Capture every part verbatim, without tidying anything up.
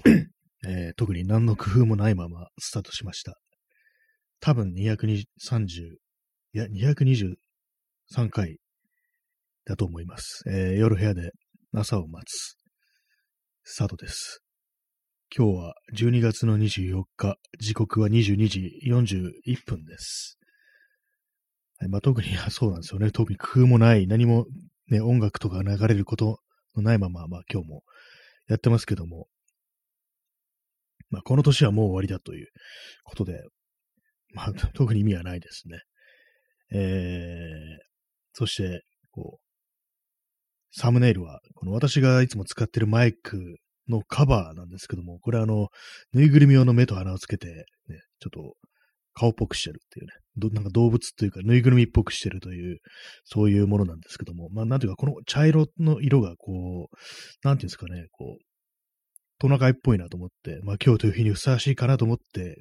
えー特に何の工夫もないままスタートしました。多分にひゃくさんじゅう、いや、にひゃくにじゅうさんかいだと思います。えー夜部屋で朝を待つ。スタートです。今日はじゅうにがつのにじゅうよっか、時刻はにじゅうにじよんじゅういっぷんです。はい、まあ、特に、そうなんですよね。特に工夫もない、何も、ね、音楽とか流れることのないまま、まあ今日もやってますけども、まあこの年はもう終わりだということで、まあ特に意味はないですね。えー、そして、こう、サムネイルは、この私がいつも使ってるマイクのカバーなんですけども、これあの、ぬいぐるみ用の目と鼻をつけて、ね、ちょっと顔っぽくしてるっていうね、どなんか動物というか、ぬいぐるみっぽくしてるという、そういうものなんですけども、まあなんていうか、この茶色の色がこう、なんていうんですかね、こう、トナカイっぽいなと思って、まあ今日という日にふさわしいかなと思って、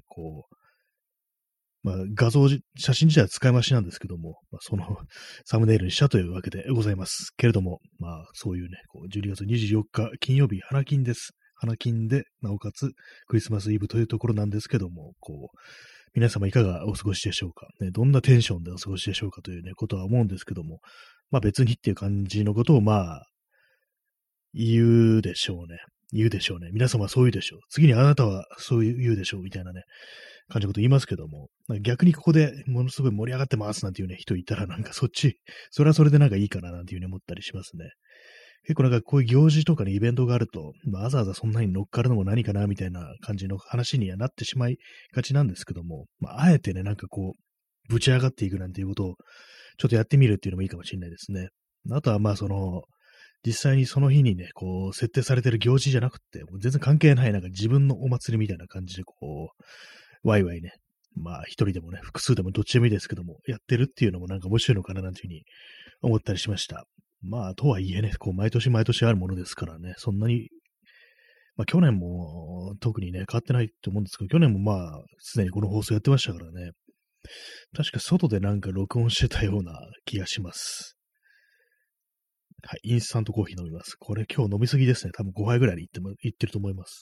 こう、まあ、画像じ、写真自体は使い回しなんですけども、まあ、そのサムネイルにしたというわけでございます。けれども、まあ、そういうね、こうじゅうにがつにじゅうよっか金曜日、花金です。花金で、なおかつクリスマスイブというところなんですけども、こう、皆様いかがお過ごしでしょうか、ね、どんなテンションでお過ごしでしょうかというね、ことは思うんですけども、まあ別にっていう感じのことをまあ、言うでしょうね。言うでしょうね。皆様はそう言うでしょう。次にあなたはそう言うでしょう。みたいなね、感じのこと言いますけども、なんか逆にここでものすごい盛り上がってますなんていうね、人いたらなんかそっち、それはそれでなんかいいかななんていうふうに思ったりしますね。結構なんかこういう行事とかね、イベントがあると、まあ、わざわざそんなに乗っかるのも何かなみたいな感じの話にはなってしまいがちなんですけども、まあ、あえてね、なんかこう、ぶち上がっていくなんていうことを、ちょっとやってみるっていうのもいいかもしれないですね。あとはまあその、実際にその日にね、こう、設定されてる行事じゃなくて、もう全然関係ない、なんか自分のお祭りみたいな感じで、こう、ワイワイね、まあ、一人でもね、複数でもどっちでもいいですけども、やってるっていうのもなんか面白いのかななんていうふうに思ったりしました。まあ、とはいえね、こう、毎年毎年あるものですからね、そんなに、まあ、去年も特にね、変わってないと思うんですけど、去年もまあ、すでにこの放送やってましたからね、確か外でなんか録音してたような気がします。はい、インスタントコーヒー飲みます。これ今日飲みすぎですね。多分ごはいぐらいでいっても、いってると思います。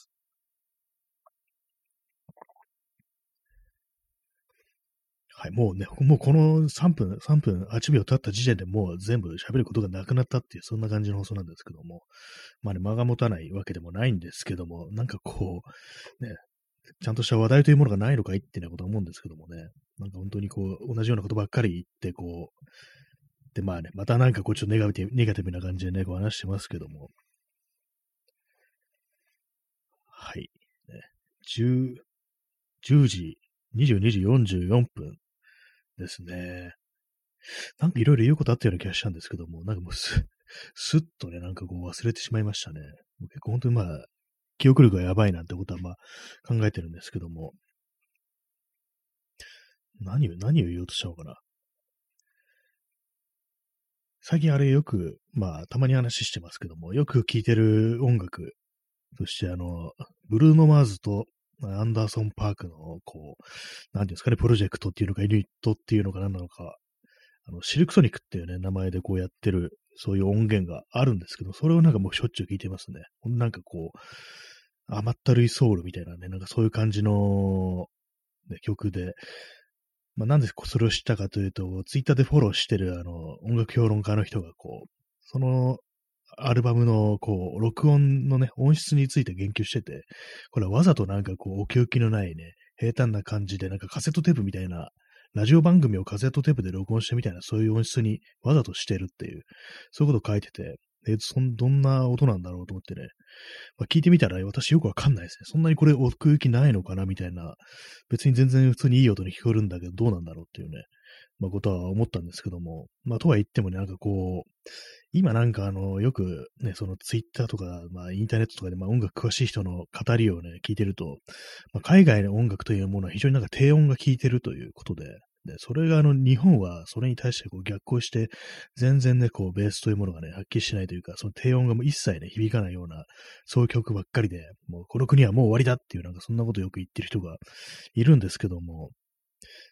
はい、もうね、もうこのさんぷん、さんぷんはちびょう経った時点でもう全部喋ることがなくなったっていう、そんな感じの放送なんですけども、まあね、間が持たないわけでもないんですけども、なんかこう、ね、ちゃんとした話題というものがないのかいってなことは思うんですけどもね、なんか本当にこう、同じようなことばっかり言って、こう、で、まあね、またなんかこう、ちょっとネガティブ、ネガティブな感じでね、こう話してますけども、はい。ね、じゅう、じゅうじ、にじゅうにじよんじゅうよんぷんですね。なんかいろいろ言うことあったような気がしたんですけども、なんかもうす、すっとね、なんかこう忘れてしまいましたね。もう結構本当にまあ、記憶力がやばいなんてことはまあ考えてるんですけども、何を、何を言おうとしたのかな。最近あれよく、まあ、たまに話してますけども、よく聴いてる音楽、そしてあの、ブルーノ・マーズとアンダーソン・パークの、こう、なんていうんですかね、プロジェクトっていうのか、ユニットっていうのか何なのか、あの、シルクソニックっていうね、名前でこうやってる、そういう音源があるんですけど、それをなんかもうしょっちゅう聞いてますね。なんかこう、甘ったるいソウルみたいなね、なんかそういう感じの、ね、曲で、まあ、なんでそれを知ったかというと、ツイッターでフォローしてるあの、音楽評論家の人がこう、そのアルバムのこう、録音のね、音質について言及してて、これはわざとなんかこう、奥行きのないね、平坦な感じで、なんかカセットテープみたいな、ラジオ番組をカセットテープで録音してみたいな、そういう音質にわざとしてるっていう、そういうことを書いてて、え、そん、どんな音なんだろうと思ってね、まあ、聞いてみたら私よくわかんないですね。そんなにこれ奥行きないのかなみたいな、別に全然普通にいい音に聞こえるんだけど、どうなんだろうっていうね、まあ、ことは思ったんですけども、まあ、とは言ってもね、なんかこう、今なんかあの、よくね、そのツイッターとか、まあ、インターネットとかで、まあ、音楽詳しい人の語りをね、聞いてると、まあ、海外の音楽というものは非常になんか低音が効いてるということで、で、それがあの、日本はそれに対してこう逆行して、全然ね、こう、ベースというものがね、はっきりしないというか、その低音がもう一切ね、響かないような、そういう曲ばっかりで、もうこの国はもう終わりだっていう、なんかそんなことよく言ってる人がいるんですけども、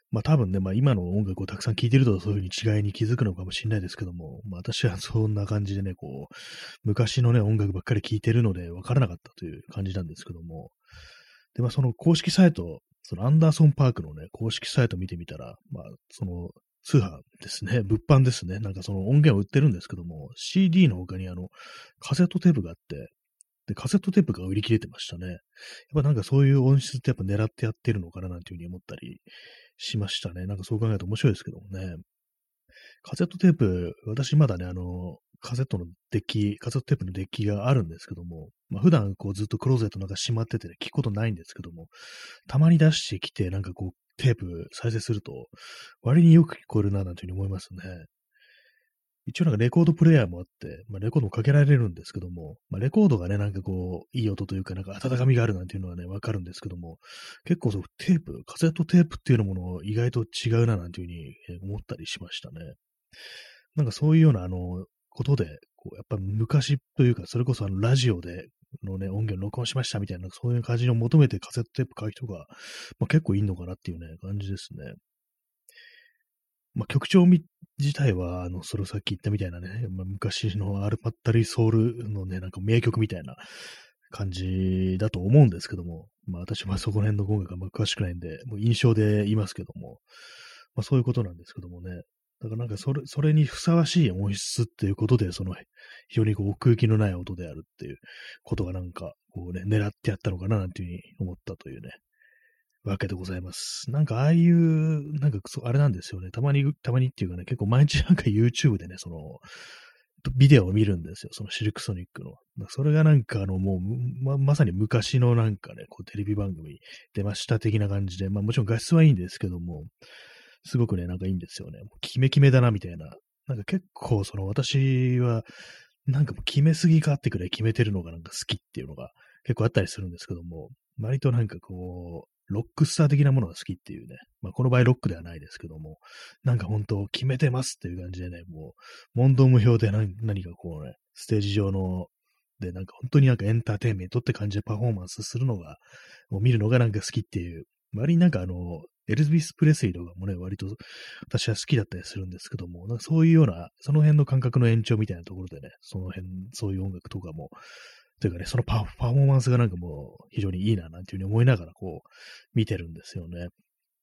まあ多分ね、まあ今の音楽をたくさん聴いてるとそういう風に違いに気づくのかもしれないですけども、まあ私はそんな感じでね、こう、昔のね、音楽ばっかり聴いてるので分からなかったという感じなんですけども、で、まあその公式サイト、そのアンダーソンパークのね、公式サイト見てみたら、まあその通販ですね、物販ですね、なんかその音源を売ってるんですけども、シーディー の他にあの、カセットテープがあって、で、カセットテープが売り切れてましたね。やっぱなんかそういう音質ってやっぱ狙ってやってるのかななんていうふうに思ったりしましたね。なんかそう考えると面白いですけどもね。カセットテープ、私まだね、あの、カセットのデッキ、カセットテープのデッキがあるんですけども、まあ、普段こうずっとクローゼットの中しまってて、ね、聞くことないんですけども、たまに出してきて、なんかこう、テープ再生すると、割によく聞こえるな、なんていうふうに思いますね。一応なんかレコードプレイヤーもあって、まあ、レコードもかけられるんですけども、まあ、レコードがね、なんかこう、いい音というか、なんか温かみがあるなんていうのはね、わかるんですけども、結構そう、テープ、カセットテープっていうのもの意外と違うななんていうふうにえー思ったりしましたね。なんかそういうような、あの、ことで、こう、やっぱ昔というか、それこそあの、ラジオで、のね、音源録音しましたみたいな、そういう感じを求めてカセットテープ買う人が、まあ、結構いんのかなっていうね、感じですね。まあ、曲調み自体は、あの、それさっき言ったみたいなね、まあ、昔のアルパッタリソウルのね、なんか名曲みたいな感じだと思うんですけども、まあ私はそこら辺の音楽があんま詳しくないんで、もう印象で言いますけども、まあそういうことなんですけどもね。だからなんかそれ、それにふさわしい音質っていうことで、その非常にこう奥行きのない音であるっていうことがなんかこうね、狙ってやったのかななんていうふうに思ったというね、わけでございます。なんかああいう、なんかそうあれなんですよね。たまに、たまにっていうかね、結構毎日なんか YouTube でね、その、ビデオを見るんですよ。そのシルクソニックの。それがなんかあのもうま、まさに昔のなんかね、こうテレビ番組出ました的な感じで、まあもちろん画質はいいんですけども、すごくね、なんかいいんですよね。もうキメキメだなみたいな。なんか結構その私は、なんかもう決めすぎかってくらい決めてるのがなんか好きっていうのが結構あったりするんですけども、割となんかこう、ロックスター的なものが好きっていうね。まあこの場合ロックではないですけども、なんか本当決めてますっていう感じでね、もう問答無用で何何かこうね、ステージ上の、でなんか本当になんかエンターテインメントって感じでパフォーマンスするのが、もう見るのがなんか好きっていう、割になんかあの、エルビス・プレスリーとかもね、割と私は好きだったりするんですけども、なんかそういうような、その辺の感覚の延長みたいなところでね、その辺、そういう音楽とかも、というかね、そのパパフォーマンスがなんかもう非常にいいな、なんていうふうに思いながらこう、見てるんですよね。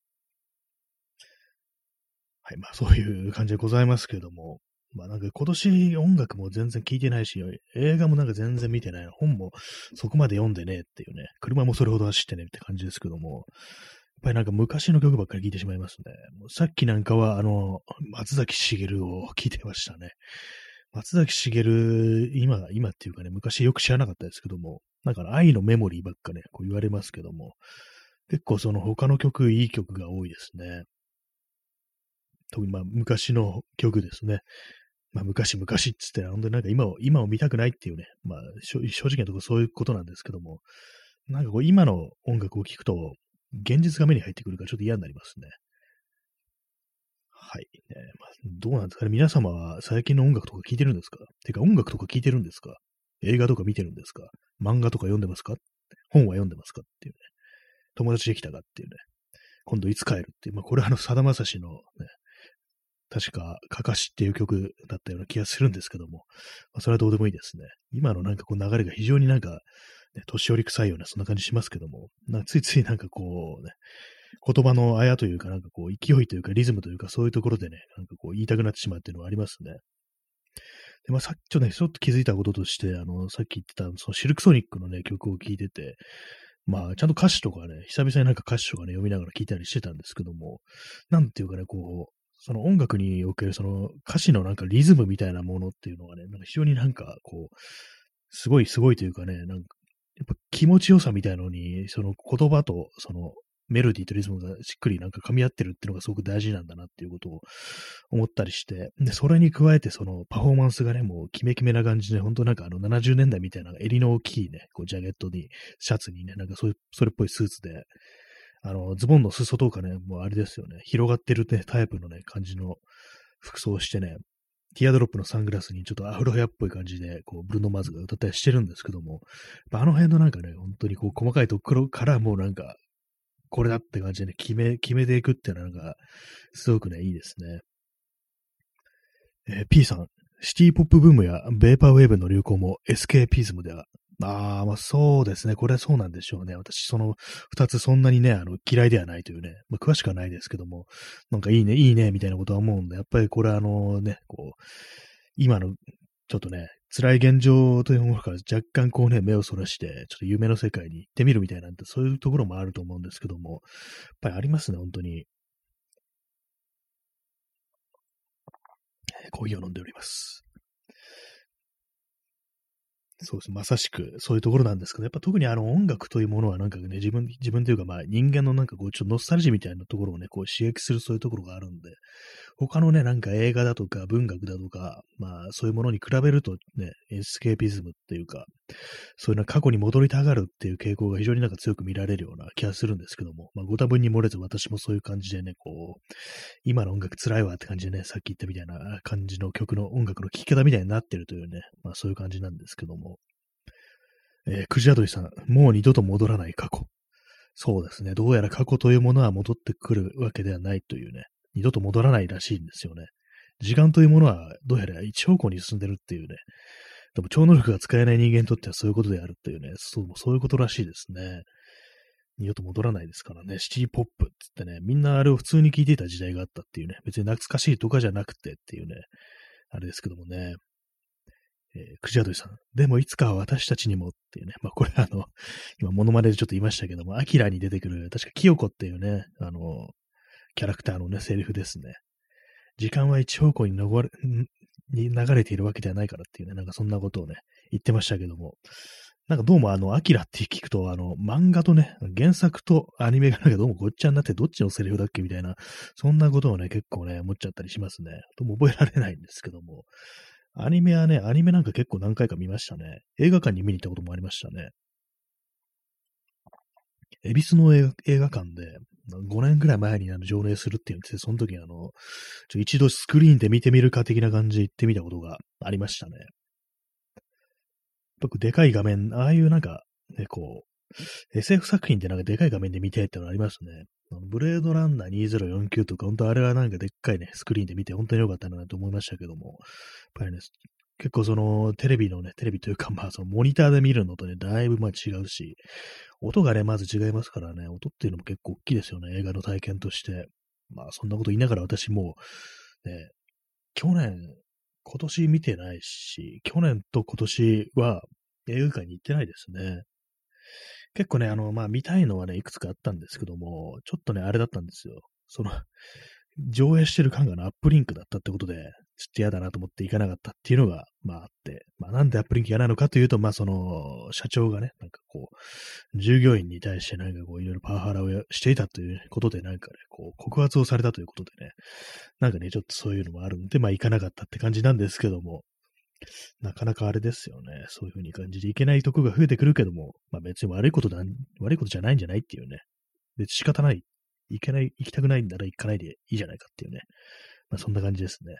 はい、まあそういう感じでございますけども、まあなんか今年音楽も全然聴いてないし、映画もなんか全然見てない、本もそこまで読んでねえっていうね、車もそれほど走ってねって感じですけども、やっぱりなんか昔の曲ばっかり聴いてしまいますね。もうさっきなんかはあの、松崎しげるを聴いてましたね。松崎しげる、今、今っていうかね、昔よく知らなかったですけども、なんか愛のメモリーばっかね、こう言われますけども、結構その他の曲、いい曲が多いですね。特にまあ昔の曲ですね。まあ昔々っつって、本当になんか今を、今を見たくないっていうね、まあ正直なところそういうことなんですけども、なんかこう今の音楽を聴くと、現実が目に入ってくるからちょっと嫌になりますね。はい。ねまあ、どうなんですかね。皆様は最近の音楽とか聴いてるんですか？てか音楽とか聴いてるんですか？映画とか見てるんですか？漫画とか読んでますか？本は読んでますかっていうね。友達できたかっていうね。今度いつ帰るっていう。まあこれはあの、さだまさしのね、確か、かかしっていう曲だったような気がするんですけども、まあ、それはどうでもいいですね。今のなんかこう流れが非常になんか、ね、年寄り臭いような、そんな感じしますけども、なんかついついなんかこうね、言葉のあやというか、なんかこう、勢いというか、リズムというか、そういうところでね、なんかこう、言いたくなってしまうっていうのはありますね。で、まあ、さっきちょっとね、ちょっと気づいたこととして、あの、さっき言ってた、そのシルクソニックのね、曲を聴いてて、まあ、ちゃんと歌詞とかね、久々になんか歌詞とかね、読みながら聴いたりしてたんですけども、なんていうかね、こう、その音楽におけるその歌詞のなんかリズムみたいなものっていうのがね、なんか非常になんかこう、すごいすごいというかね、なんか、やっぱ気持ちよさみたいなのに、その言葉とそのメロディーとリズムがしっくりなんか噛み合ってるっていうのがすごく大事なんだなっていうことを思ったりして、で、それに加えてそのパフォーマンスがね、もうキメキメな感じで、本当なんかあのななじゅうねんだいみたいな襟の大きいね、こうジャケットに、シャツにね、なんかそういう、それっぽいスーツで、あの、ズボンの裾とかね、もうあれですよね、広がってるね、タイプのね、感じの服装をしてね、ティアドロップのサングラスにちょっとアフロヘアっぽい感じで、こう、ブルーノ・マーズが歌ったりしてるんですけども、あの辺のなんかね、本当にこう、細かいところからもうなんか、 これだって感じでね、決め、決めていくっていうのはなんか、すごくね、いいですね。えー、P さん、シティポップブームやベーパーウェーブの流行もエスケーピズムでは、ああ、まあそうですね。これはそうなんでしょうね。私、その二つそんなにね、あの、嫌いではないというね、まあ、詳しくはないですけども、なんかいいね、いいね、みたいなことは思うんで、やっぱりこれはあのね、こう、今の、ちょっとね、辛い現状というものから若干こうね、目をそらして、ちょっと夢の世界に行ってみるみたいなんて、そういうところもあると思うんですけども、やっぱりありますね、本当に。コーヒーを飲んでおります。そうです。まさしくそういうところなんですけど、やっぱ特にあの音楽というものはなんかね、自分、自分というかまあ人間のなんかこう、ちょっとノスタルジーみたいなところをね、こう刺激するそういうところがあるんで、他のね、なんか映画だとか文学だとか、まあそういうものに比べるとね、エスケーピズムっていうか、そういうな過去に戻りたがるっていう傾向が非常になんか強く見られるような気がするんですけども、まあご多分に漏れず私もそういう感じでね、こう、今の音楽辛いわって感じでね、さっき言ったみたいな感じの曲の音楽の聴き方みたいになってるというね、まあそういう感じなんですけども、えー、クジラドリさん、もう二度と戻らない過去。そうですね。どうやら過去というものは戻ってくるわけではないというね、二度と戻らないらしいんですよね。時間というものはどうやら一方向に進んでるっていうね。でも超能力が使えない人間にとってはそういうことであるっていうね、そう、そういうことらしいですね。二度と戻らないですからね。シティポップって言ってね、みんなあれを普通に聞いていた時代があったっていうね、別に懐かしいとかじゃなくてっていうね、あれですけどもね。えー、クジラドリさん。でもいつかは私たちにもっていうね。まあこれあの、今モノマネでちょっと言いましたけども、アキラに出てくる、確かキヨコっていうね、あの、キャラクターのね、セリフですね。時間は一方向に流れ、に流れているわけではないからっていうね、なんかそんなことをね、言ってましたけども。なんかどうもあの、アキラって聞くと、あの、漫画とね、原作とアニメがなんかどうもごっちゃになってどっちのセリフだっけみたいな、そんなことをね、結構ね、思っちゃったりしますね。とも覚えられないんですけども。アニメはね、アニメなんか結構何回か見ましたね。映画館に見に行ったこともありましたね。恵比寿の映画映画館で、ごねんくらい前にあの上映するって言って、その時あの、ちょ一度スクリーンで見てみるか的な感じで行ってみたことがありましたね。僕、でかい画面、ああいうなんか、ね、こう、エスエフ 作品ってなんかでかい画面で見たいってのありますね。あのブレードランナーにせんよんじゅうきゅうとか、本当あれはなんかでっかいね、スクリーンで見て本当に良かったなと思いましたけども、やっぱりね、結構そのテレビのね、テレビというかまあそのモニターで見るのとね、だいぶまあ違うし、音がね、まず違いますからね、音っていうのも結構大きいですよね、映画の体験として。まあそんなこと言いながら私もう、ね、去年、今年見てないし、去年と今年は映画館に行ってないですね。結構ね、あの、まあ、見たいのはね、いくつかあったんですけども、ちょっとね、あれだったんですよ。その、上映してる感がのアップリンクだったってことで、ちょっと嫌だなと思って行かなかったっていうのが、まああって、まあなんでアップリンク嫌なのかというと、まあその、社長がね、なんかこう、従業員に対してなんかこう、いろいろパワハラをしていたということで、なんかね、こう、告発をされたということでね、なんかね、ちょっとそういうのもあるんで、まあ行かなかったって感じなんですけども、なかなかあれですよね。そういう風に感じでいけないとこが増えてくるけども、まあ別に悪いことだ、悪いことじゃないんじゃないっていうね。別に仕方ない。行けない、行きたくないんなら行かないでいいじゃないかっていうね。まあそんな感じですね。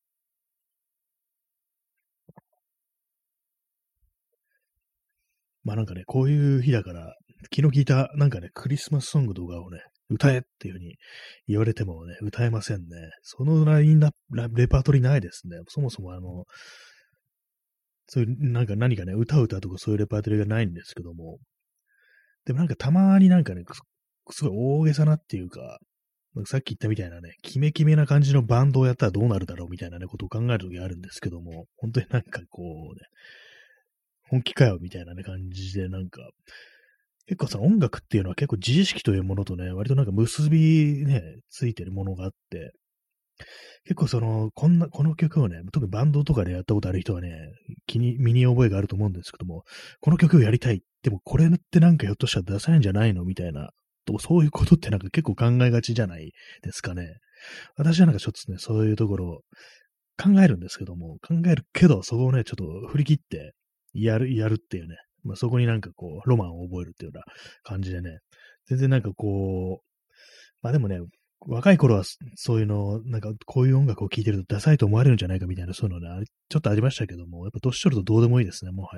まあなんかね、こういう日だから、昨日聞いたなんかね、クリスマスソングとかをね、歌えっていう風に言われてもね、歌えませんね。そのラインナップ、ラレパートリーないですね。そもそもあの、そういう、なんか何かね、歌う歌とかそういうレパートリーがないんですけども、でもなんかたまになんかね、すごい大げさなっていうか、さっき言ったみたいなね、キメキメな感じのバンドをやったらどうなるだろうみたいなね、ことを考えるときあるんですけども、本当になんかこうね、本気かよみたいなね、感じでなんか、結構その音楽っていうのは結構自意識というものとね、割となんか結びね、ついてるものがあって、結構その、こんな、この曲をね、特にバンドとかでやったことある人はね、気に、身に覚えがあると思うんですけども、この曲をやりたい。でもこれってなんかひょっとしたら出せないんじゃないのみたいな、とそういうことってなんか結構考えがちじゃないですかね。私はなんかちょっとね、そういうところを考えるんですけども、考えるけど、そこをね、ちょっと振り切って、やる、やるっていうね、まあ、そこになんかこう、ロマンを覚えるっていうような感じでね、全然なんかこう、まあでもね、若い頃はそういうの、なんかこういう音楽を聴いてるとダサいと思われるんじゃないかみたいな、そういうのね、あれちょっとありましたけども、やっぱ年取るとどうでもいいですね、もはや。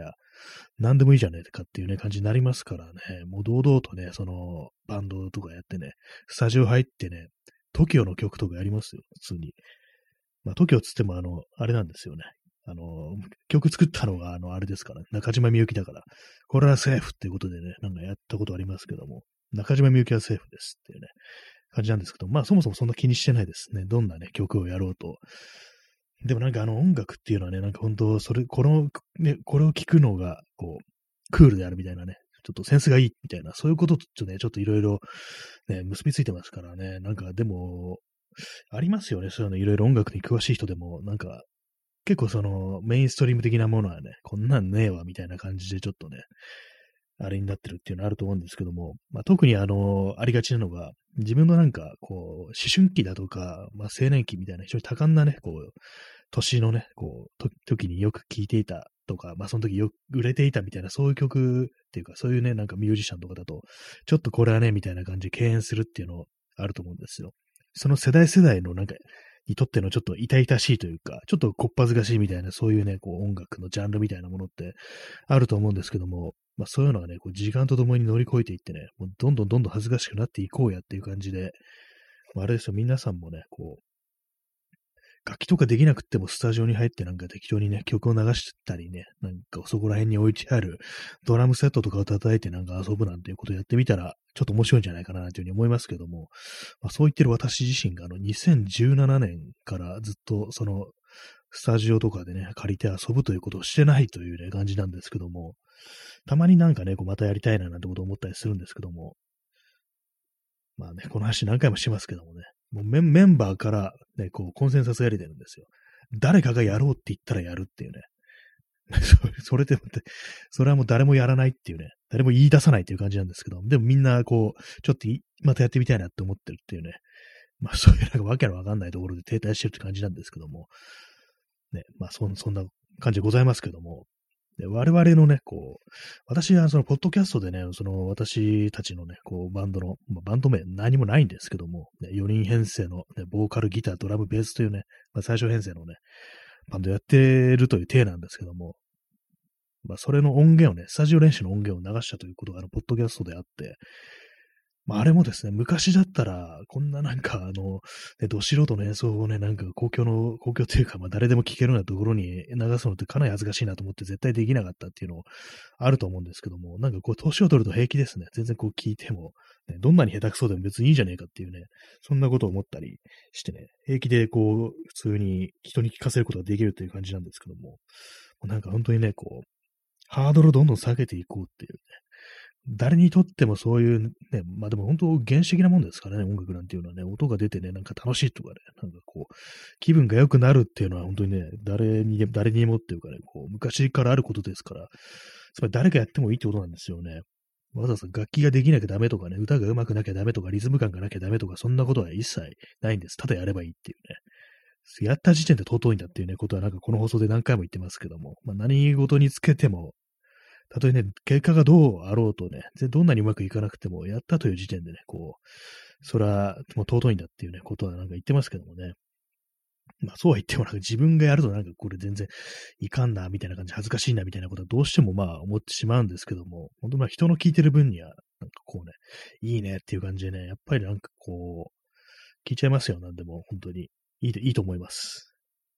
何でもいいじゃねえかっていうね、感じになりますからね、もう堂々とね、その、バンドとかやってね、スタジオ入ってね、トキオの曲とかやりますよ、普通に。まあ、トキオつっても、あの、あれなんですよね。あの、曲作ったのが、あの、あれですから、ね、中島みゆきだから、これはセーフっていうことでね、なんかやったことありますけども、中島みゆきはセーフですっていうね、感じなんですけど、まあそもそもそんな気にしてないですね。どんなね、曲をやろうと。でもなんかあの音楽っていうのはね、なんか本当、それ、この、ね、これを聞くのが、こう、クールであるみたいなね、ちょっとセンスがいいみたいな、そういうこととね、ちょっといろいろ、ね、結びついてますからね、なんかでも、ありますよね、そういうのいろいろ音楽に詳しい人でも、なんか、結構その、メインストリーム的なものはね、こんなんねえわ、みたいな感じでちょっとね、あれになってるっていうのはあると思うんですけども、まあ、特にあの、ありがちなのが、自分のなんか、こう、思春期だとか、まあ、青年期みたいな非常に多感なね、こう、年のね、こう、と時によく聴いていたとか、まあ、その時よく売れていたみたいな、そういう曲っていうか、そういうね、なんかミュージシャンとかだと、ちょっとこれはね、みたいな感じで敬遠するっていうのあると思うんですよ。その世代世代のなんか、にとってのちょっと痛々しいというか、ちょっとこっぱずかしいみたいな、そういうね、こう音楽のジャンルみたいなものってあると思うんですけども、まあそういうのがね、こう時間とともに乗り越えていってね、もうどんどんどんどん恥ずかしくなっていこうやっていう感じで、まあ、あれですよ、皆さんもね、こう、楽器とかできなくってもスタジオに入ってなんか適当にね、曲を流したりね、なんかそこら辺に置いてあるドラムセットとかを叩いてなんか遊ぶなんていうことをやってみたら、ちょっと面白いんじゃないかなというふうに思いますけども、まあ、そう言ってる私自身があのにせんじゅうななねんからずっとそのスタジオとかでね、借りて遊ぶということをしてないというね、感じなんですけども、たまになんかね、こうまたやりたいななんてことを思ったりするんですけども、まあね、この話何回もしますけどもね、もうメンメンバーからね、こうコンセンサスやりてるんですよ。誰かがやろうって言ったらやるっていうね。そそれでもって、それはもう誰もやらないっていうね、誰も言い出さないっていう感じなんですけど、でもみんなこう、ちょっとまたやってみたいなって思ってるっていうね、まあそういうなんかわけのわかんないところで停滞してるって感じなんですけども、ね、まあそんそんな感じでございますけども、で我々のね、こう、私はその、ポッドキャストでね、その、私たちのね、こう、バンドの、まあ、バンド名何もないんですけども、ね、よにん編成の、ね、ボーカル、ギター、ドラム、ベースというね、まあ、最初編成のね、バンドやってるという体なんですけども、まあ、それの音源をね、スタジオ練習の音源を流したということが、あの、ポッドキャストであって、まあ、あれもですね、昔だったら、こんななんか、あの、ね、ど素人の演奏をね、なんか公共の、公共というか、まあ、誰でも聴けるようなところに流すのってかなり恥ずかしいなと思って絶対できなかったっていうのあると思うんですけども、なんかこう、年を取ると平気ですね。全然こう聞いても、ね、どんなに下手くそでも別にいいじゃねえかっていうね、そんなことを思ったりしてね、平気でこう、普通に人に聞かせることができるという感じなんですけども、なんか本当にね、こう、ハードルをどんどん下げていこうっていうね、誰にとってもそういうね、まあでも本当原始的なもんですからね、音楽なんていうのはね、音が出てね、なんか楽しいとかね、なんかこう、気分が良くなるっていうのは本当にね、誰にで誰にもっていうかね、こう、昔からあることですから、つまり誰がやってもいいってことなんですよね。わざわざ楽器ができなきゃダメとかね、歌が上手くなきゃダメとか、リズム感がなきゃダメとか、そんなことは一切ないんです。ただやればいいっていうね。やった時点で尊いんだっていうね、ことはなんかこの放送で何回も言ってますけども、まあ何事につけても、たとえね、結果がどうあろうとね、どんなにうまくいかなくても、やったという時点でね、こう、それはもう尊いんだっていうね、ことはなんか言ってますけどもね。まあそうは言ってもなんか自分がやるとなんかこれ全然いかんな、みたいな感じ、恥ずかしいな、みたいなことはどうしてもまあ思ってしまうんですけども、本当まあ人の聞いてる分には、なんかこうね、いいねっていう感じでね、やっぱりなんかこう、聞いちゃいますよ、なんでも、本当に。いいいいと思います。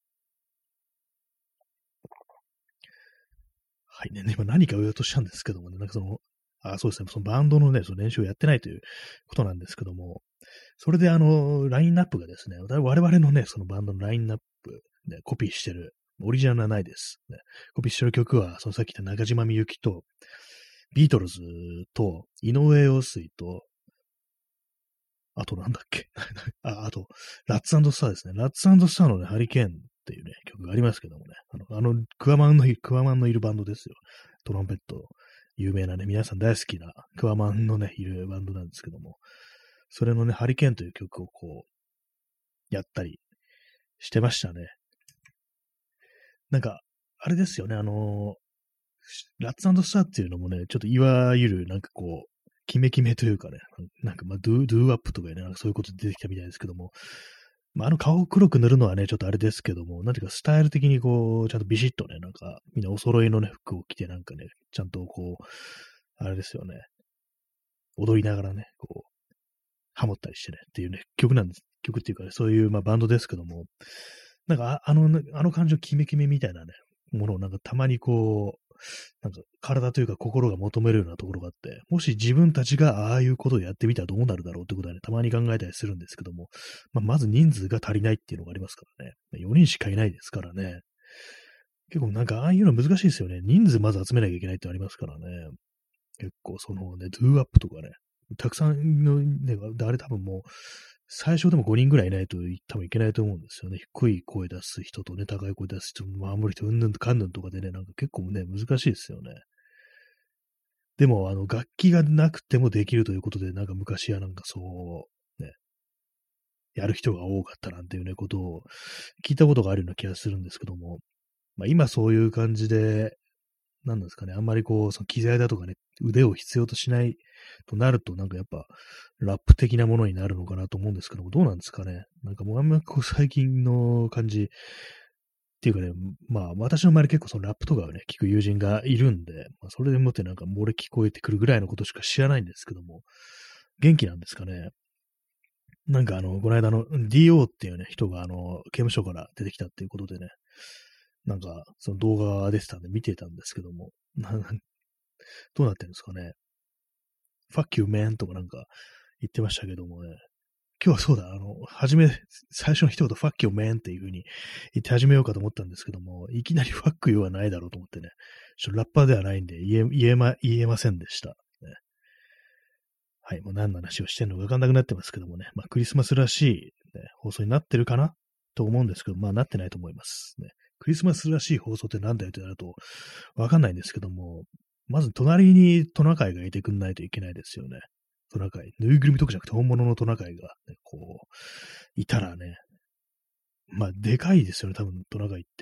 はいね、今何か言おうとしたんですけどもね、なんかその、あ、そうですね、そのバンドのね、その練習をやってないということなんですけども、それであの、ラインナップがですね、我々のね、そのバンドのラインナップでコピーしてる、オリジナルはないです。ね、コピーしてる曲は、そのさっき言った中島みゆきと、ビートルズと、井上陽水と、あとなんだっけあ、あと、ラッツスターですね。ラッツスターのね、ハリケーンっていうね、曲がありますけどもね。あの、あのクワマンの、クワマンのいるバンドですよ。トランペット、有名なね、皆さん大好きなクワマンのね、いるバンドなんですけども、それのね、ハリケーンという曲をこう、やったりしてましたね。なんか、あれですよね、あのラッツスターっていうのもね、ちょっといわゆるなんかこう、キメキメというかね、なんかまあドゥ、ドゥーアップとかね、なんかそういうこと出てきたみたいですけども、 まあ、あの顔を黒く塗るのはね、ちょっとあれですけども、なんていうかスタイル的にこう、ちゃんとビシッとね、なんか、みんなお揃いのね、服を着てなんかね、ちゃんとこう、あれですよね、踊りながらね、こう、ハモったりしてね、っていうね、曲なんです。曲っていうかね、そういう、まあ、バンドですけども、なんか、ああの、あの感情、キメキメみたいなね、ものをなんかたまにこう、なんか体というか心が求めるようなところがあって、もし自分たちがああいうことをやってみたらどうなるだろうってことはね、たまに考えたりするんですけども、まあ、まず人数が足りないっていうのがありますからね。よにんしかいないですからね。結構なんかああいうの難しいですよね。人数まず集めなきゃいけないってありますからね。結構そのね、ドゥーアップとかね、たくさんのね、あれ多分もう、最初でもごにんぐらいいないと多分いけないと思うんですよね。低い声出す人とね、高い声出す人、守る人、うんぬんとかんぬんとかでね、なんか結構ね、難しいですよね。でも、あの、楽器がなくてもできるということで、なんか昔はなんかそう、ね、やる人が多かったなんていうね、ことを聞いたことがあるような気がするんですけども、まあ今そういう感じで、なんですかね、あんまりこう、その機材だとかね、腕を必要としないとなると、なんかやっぱ、ラップ的なものになるのかなと思うんですけども、どうなんですかね。なんかもうあんまこう最近の感じっていうかね、まあ私の周り結構そのラップとかをね、聞く友人がいるんで、まあそれでもってなんか漏れ聞こえてくるぐらいのことしか知らないんですけども、元気なんですかね。なんかあの、この間の ディーオー っていうね、人があの、刑務所から出てきたっていうことでね、なんかその動画が出てたんで見てたんですけども、などうなってるんですかね。fuck you man とかなんか言ってましたけどもね。今日はそうだ、あの、初め、最初の一言 fuck you man っていう風に言って始めようかと思ったんですけども、いきなり fuck you はないだろうと思ってね。ちょっとラッパーではないんで言え、言えま、言えませんでした。ね、はい、もう何の話をしてるのかわかんなくなってますけどもね。まあクリスマスらしい、ね、放送になってるかなと思うんですけど、まあなってないと思います。ね。クリスマスらしい放送ってなんだよってなるとわかんないんですけども、まず隣にトナカイがいてくんないといけないですよね。トナカイ。ぬいぐるみとかじゃなくて本物のトナカイが、ね、こう、いたらね、まあ、でかいですよね、多分トナカイって。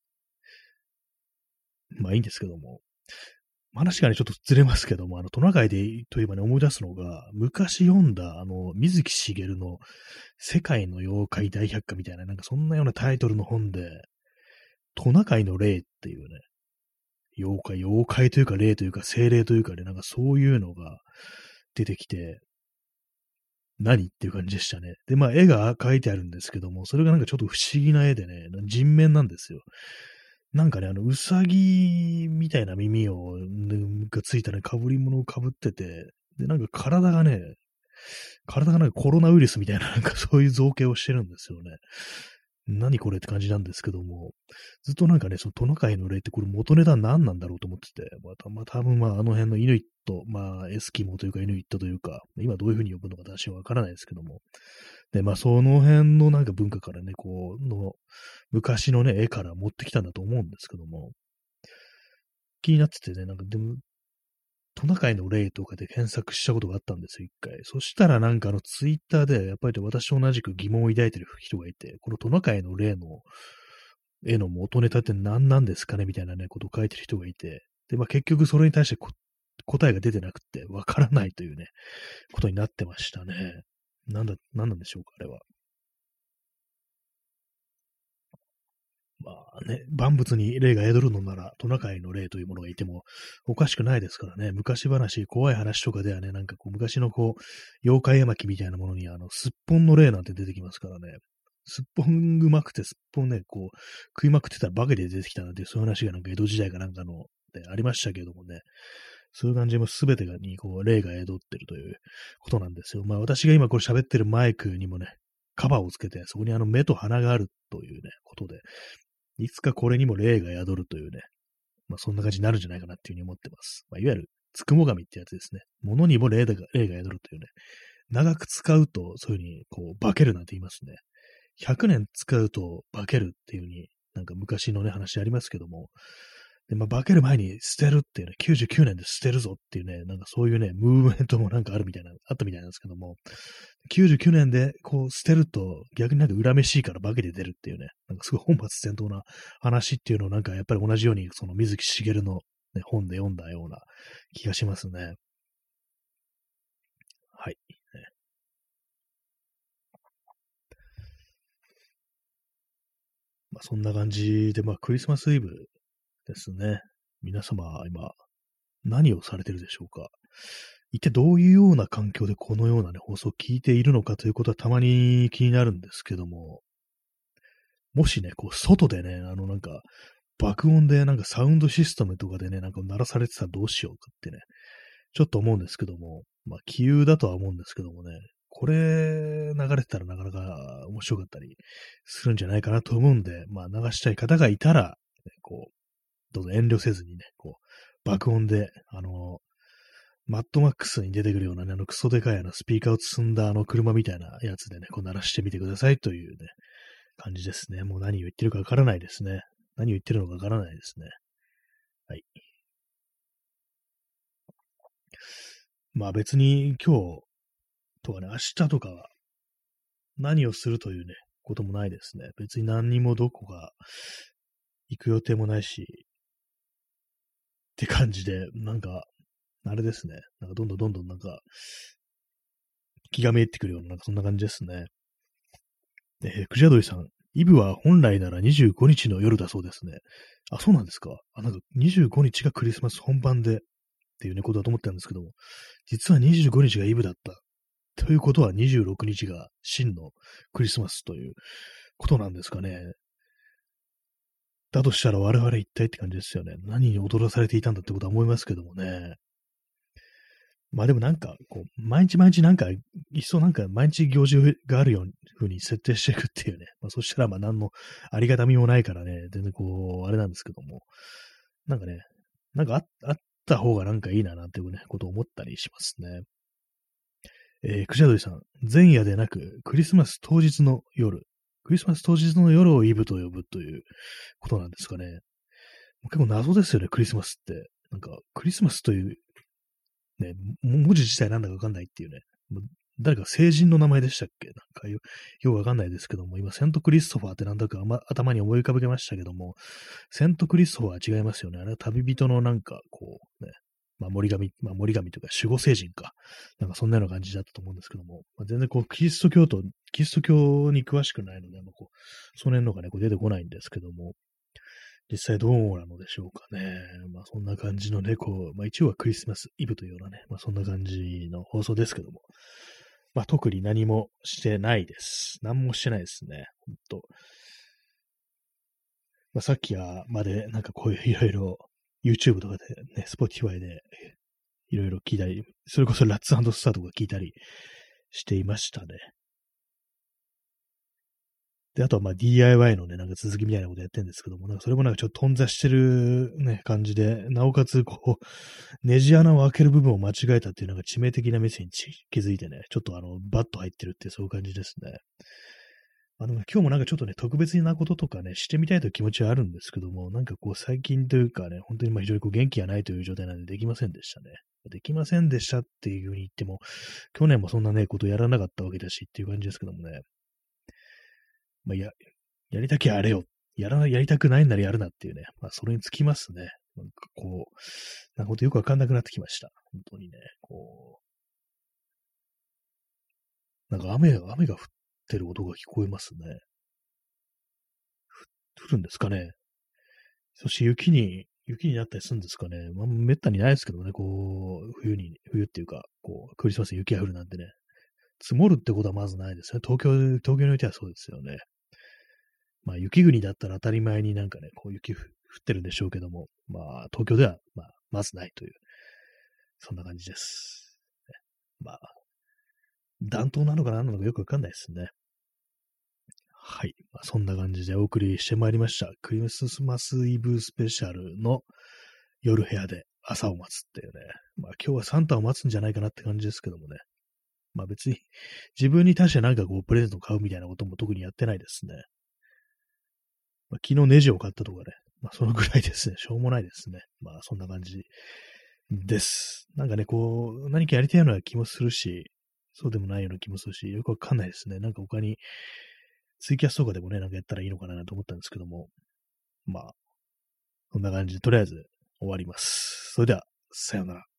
まあいいんですけども。話がね、ちょっとずれますけども、あの、トナカイでといえばね、思い出すのが、昔読んだ、あの、水木しげるの世界の妖怪大百科みたいな、なんかそんなようなタイトルの本で、トナカイの霊っていうね、妖怪、妖怪というか霊というか精霊というかね、なんかそういうのが出てきて、何っていう感じでしたね。で、まあ絵が描いてあるんですけども、それがなんかちょっと不思議な絵でね、人面なんですよ。なんかね、あの、うさぎみたいな耳を、ねがついたね、被り物を被ってて、で、なんか体がね、体がなんかコロナウイルスみたいな、なんかそういう造形をしてるんですよね。何これって感じなんですけども、ずっとなんかね、そのトナカイの霊ってこれ元ネタ何なんだろうと思ってて、また、まあ多分まああの辺のイヌイット、まあエスキモというかイヌイットというか、今どういうふうに呼ぶのか私はわからないですけども、で、まあその辺のなんか文化からね、こう、の昔のね、絵から持ってきたんだと思うんですけども、気になっててね、なんかでもトナカイの例とかで検索したことがあったんですよ、一回。そしたらなんかあのツイッターで、やっぱり私と同じく疑問を抱いてる人がいて、このトナカイの例の絵の元ネタって何なんですかねみたいなね、ことを書いてる人がいて、で、まあ結局それに対して答えが出てなくて、わからないというね、ことになってましたね。なんだ、なんなんでしょうか、あれは。まあね、万物に霊が宿るのなら、トナカイの霊というものがいてもおかしくないですからね。昔話、怖い話とかではね、なんかこう、昔のこう、妖怪絵巻みたいなものに、あの、すっぽんの霊なんて出てきますからね。すっぽんうまくて、すっぽんね、こう、食いまくってたらバカで出てきたなんて、そういう話がなんか江戸時代かなんかの、でありましたけどもね。そういう感じも全てがに、こう、霊が宿ってるということなんですよ。まあ私が今これ喋ってるマイクにもね、カバーをつけて、そこにあの目と鼻があるというね、ことで、いつかこれにも霊が宿るというね、まあそんな感じになるんじゃないかなっていうふうに思ってます。まあ、いわゆる、つくも神ってやつですね。物にも霊が霊が宿るというね、長く使うとそういうふうにこう化けるなんて言いますね。ひゃくねん使うと化けるっていうふうに、なんか昔のね話ありますけども、で、まあ、化ける前に捨てるっていうね、きゅうじゅうきゅうねんで捨てるぞっていうね、なんかそういうね、ムーブメントもなんかあるみたいな、あったみたいなんですけども、きゅうじゅうきゅうねんでこう捨てると逆になんか恨めしいから化けて出るっていうね、なんかすごい本末転倒な話っていうのをなんかやっぱり同じようにその水木しげるの、ね、本で読んだような気がしますね。はい。 まあそんな感じで、まあクリスマスイブですね。皆様、今、何をされてるでしょうか。一体どういうような環境でこのようなね、放送を聞いているのかということはたまに気になるんですけども、もしね、こう、外でね、あの、なんか、爆音でなんかサウンドシステムとかでね、なんか鳴らされてたらどうしようかってね、ちょっと思うんですけども、まあ、杞憂だとは思うんですけどもね、これ流れてたらなかなか面白かったりするんじゃないかなと思うんで、まあ、流したい方がいたら、ね、こう、どうぞ遠慮せずにね、こう、爆音で、あの、マッドマックスに出てくるようなね、あのクソでかいあのスピーカーを積んだあの車みたいなやつでね、こう鳴らしてみてくださいというね、感じですね。もう何を言ってるかわからないですね。何を言ってるのかわからないですね。はい。まあ別に今日とかね、明日とかは何をするというね、こともないですね。別に何にもどこか行く予定もないし、って感じで、なんか、あれですね。なんかどんどんどんどんなんか、気がめいってくるような、なんかそんな感じですね。えー、クジャドリさん、イブは本来ならにじゅうごにちの夜だそうですね。あ、そうなんですか。あ、なんかにじゅうごにちがクリスマス本番でっていうね、ことだと思ってたんですけども、実はにじゅうごにちがイブだった。ということはにじゅうろくにちが真のクリスマスということなんですかね。だとしたら我々一体って感じですよね。何に踊らされていたんだってことは思いますけどもね。まあでもなんか、こう、毎日毎日なんか、いっそなんか毎日行事があるように風に設定していくっていうね。まあそしたらまあ何のありがたみもないからね、全然こう、あれなんですけども。なんかね、なんかああった方がなんかいいななんていうね、ことを思ったりしますね。えー、クジャドリさん、前夜でなく、クリスマス当日の夜。クリスマス当日の夜をイブと呼ぶということなんですかね。結構謎ですよね、クリスマスって。なんか、クリスマスというね、文字自体なんだかわかんないっていうね。誰か成人の名前でしたっけなんかよ、よくわかんないですけども、今、セントクリストファーってなんだか、ま、頭に思い浮かべましたけども、セントクリストファーは違いますよね。あれは旅人のなんか、こう、ね、守り神、守り神というか守護聖人か。なんかそんなような感じだったと思うんですけども、まあ、全然こう、キリスト教徒、キリスト教に詳しくないので、まあ、こうその辺のがね、こう出てこないんですけども、実際どうなのでしょうかね。まあそんな感じのね、こう、まあ一応はクリスマスイブというようなね、まあそんな感じの放送ですけども、まあ特に何もしてないです。何もしてないですね。ほんと。まあさっきはまでなんかこういういろいろ YouTube とかでね、Spotify でいろいろ聞いたり、それこそラッツスターとか聞いたりしていましたね。で、あとはまあ ディーアイワイ のね、なんか続きみたいなことやってるんですけども、なんかそれもなんかちょっと頓挫してるね、感じで、なおかつこう、ネジ穴を開ける部分を間違えたっていうなんか致命的なミスに気づいてね、ちょっとあの、バッと入ってるっていうそういう感じですね。あの、今日もなんかちょっとね、特別なこととかね、してみたいという気持ちはあるんですけども、なんかこう最近というかね、本当にまあ非常にこう元気がないという状態なんでできませんでしたね。できませんでしたっていうふうに言っても、去年もそんなね、ことやらなかったわけだしっていう感じですけどもね。まあ、や、やりたきゃやれよ。やらな、やりたくないんならやるなっていうね。まあ、それにつきますね。なんかこう、なんかほんとよくわかんなくなってきました。本当にね。こう、なんか雨、雨が降ってる音が聞こえますね。降るんですかね。そして雪に、雪になったりするんですかね。まあ、めったにないですけどね。こう、冬に、冬っていうか、こう、クリスマスに雪が降るなんてね。積もるってことはまずないですね。東京、東京においてはそうですよね。まあ、雪国だったら当たり前になんかね、こう雪降ってるんでしょうけども、まあ、東京では、まあ、まずないという、そんな感じです。ね、まあ、暖冬なのか何なのかよくわかんないですね。はい。まあ、そんな感じでお送りしてまいりました。クリスマスイブスペシャルの夜部屋で朝を待つっていうね。まあ今日はサンタを待つんじゃないかなって感じですけどもね。まあ別に自分に対してなんかこうプレゼントを買うみたいなことも特にやってないですね。まあ、昨日ネジを買ったとかね。まあそのぐらいですね。しょうもないですね。まあそんな感じです。なんかね、こう、何かやりたいような気もするし、そうでもないような気もするし、よくわかんないですね。なんか他にツイキャスとかでもね、なんかやったらいいのかなと思ったんですけども、まあ、こんな感じで、とりあえず終わります。それでは、さようなら。